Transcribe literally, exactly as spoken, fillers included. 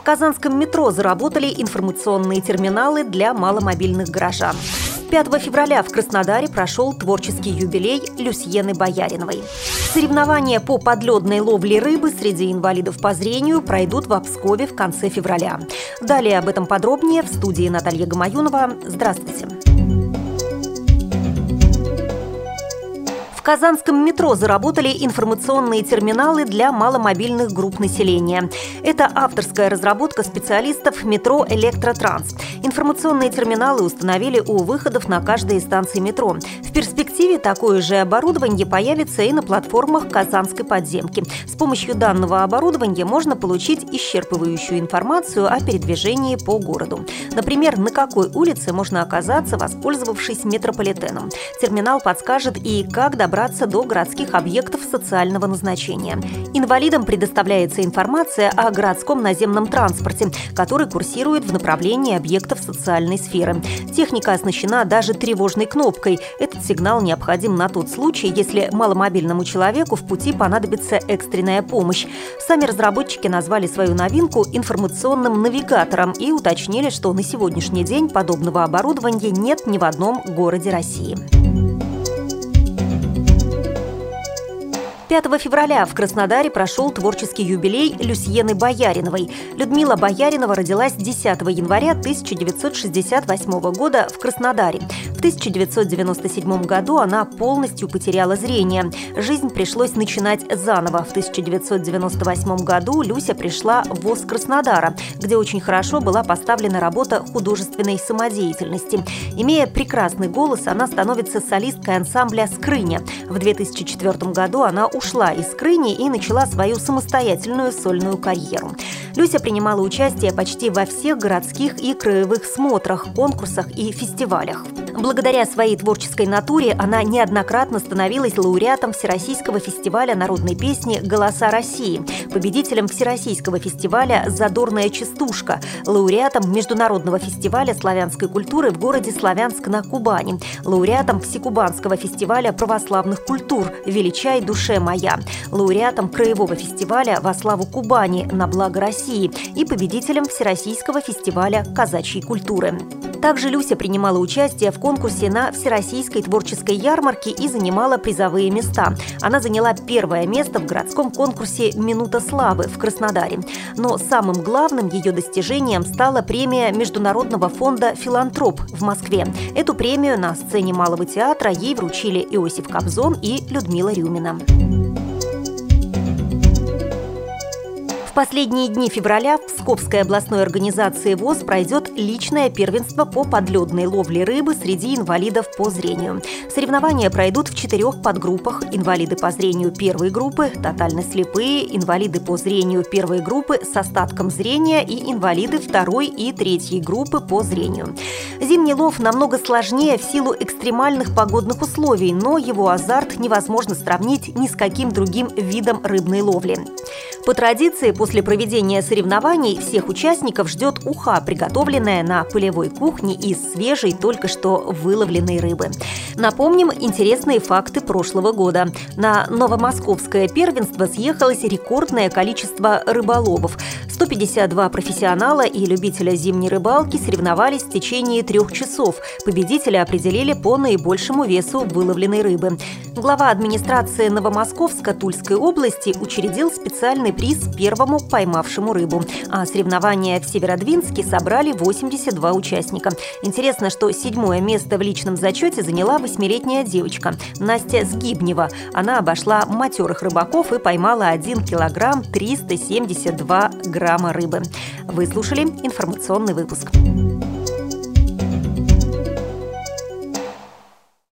В казанском метро заработали информационные терминалы для маломобильных горожан. пятого февраля в Краснодаре прошел творческий юбилей Люсьены Бояриновой. Соревнования по подледной ловле рыбы среди инвалидов по зрению пройдут в Пскове в конце февраля. Далее об этом подробнее в студии Наталья Гамаюнова. Здравствуйте. В казанском метро заработали информационные терминалы для маломобильных групп населения. Это авторская разработка специалистов метро «Электротранс». Информационные терминалы установили у выходов на каждой из станций метро. В перспективе такое же оборудование появится и на платформах Казанской подземки. С помощью данного оборудования можно получить исчерпывающую информацию о передвижении по городу. Например, на какой улице можно оказаться, воспользовавшись метрополитеном. Терминал подскажет и как добраться до городских объектов социального назначения. Инвалидам предоставляется информация о городском наземном транспорте, который курсирует в направлении объектов социальной сферы. Техника оснащена даже тревожной кнопкой. Этот сигнал необходим на тот случай, если маломобильному человеку в пути понадобится экстренная помощь. Сами разработчики назвали свою новинку информационным навигатором и уточнили, что на сегодняшний день подобного оборудования нет ни в одном городе России. пятого февраля в Краснодаре прошел творческий юбилей Люсьены Бояриновой. Людмила Бояринова родилась десятого января тысяча девятьсот шестьдесят восьмого года в Краснодаре. В тысяча девятьсот девяносто седьмом году она полностью потеряла зрение. Жизнь пришлось начинать заново. В тысяча девятьсот девяносто восьмом году Люся пришла в ВОС Краснодара, где очень хорошо была поставлена работа художественной самодеятельности. Имея прекрасный голос, она становится солисткой ансамбля «Скрыня». В две тысячи четвёртом году она ушла из «Скрыни» и начала свою самостоятельную сольную карьеру. Люся принимала участие почти во всех городских и краевых смотрах, конкурсах и фестивалях. Благодаря своей творческой натуре она неоднократно становилась лауреатом Всероссийского фестиваля народной песни «Голоса России», победителем Всероссийского фестиваля «Задорная частушка», лауреатом Международного фестиваля славянской культуры в городе Славянск на Кубани, лауреатом Всекубанского фестиваля православных культур «Величай, душе моя», лауреатом Краевого фестиваля «Во славу Кубани, на благо России» и победителем Всероссийского фестиваля казачьей культуры. Также Люся принимала участие в конкурсе на Всероссийской творческой ярмарке и занимала призовые места. Она заняла первое место в городском конкурсе «Минута славы» в Краснодаре. Но самым главным ее достижением стала премия Международного фонда «Филантроп» в Москве. Эту премию на сцене Малого театра ей вручили Иосиф Кобзон и Людмила Рюмина. В последние дни февраля в Псковской областной организации ВОС пройдет личное первенство по подледной ловле рыбы среди инвалидов по зрению. Соревнования пройдут в четырех подгруппах: инвалиды по зрению первой группы, тотально слепые, инвалиды по зрению первой группы с остатком зрения и инвалиды второй и третьей группы по зрению. Зимний лов намного сложнее в силу экстремальных погодных условий, но его азарт невозможно сравнить ни с каким другим видом рыбной ловли. По традиции, после проведения соревнований всех участников ждет уха, приготовленная на полевой кухне из свежей, только что выловленной рыбы. Напомним интересные факты прошлого года. На новомосковское первенство съехалось рекордное количество рыболовов. сто пятьдесят два профессионала и любителя зимней рыбалки соревновались в течение трех часов. Победителя определили по наибольшему весу выловленной рыбы. Глава администрации Новомосковска Тульской области учредил специальный приз первому поймавшему рыбу. А соревнования в Северодвинске собрали восемьдесят два участника. Интересно, что седьмое место в личном зачете заняла восьмилетняя девочка Настя Сгибнева. Она обошла матерых рыбаков и поймала один килограмм триста семьдесят два грамма рыбы. Вы слушали информационный выпуск.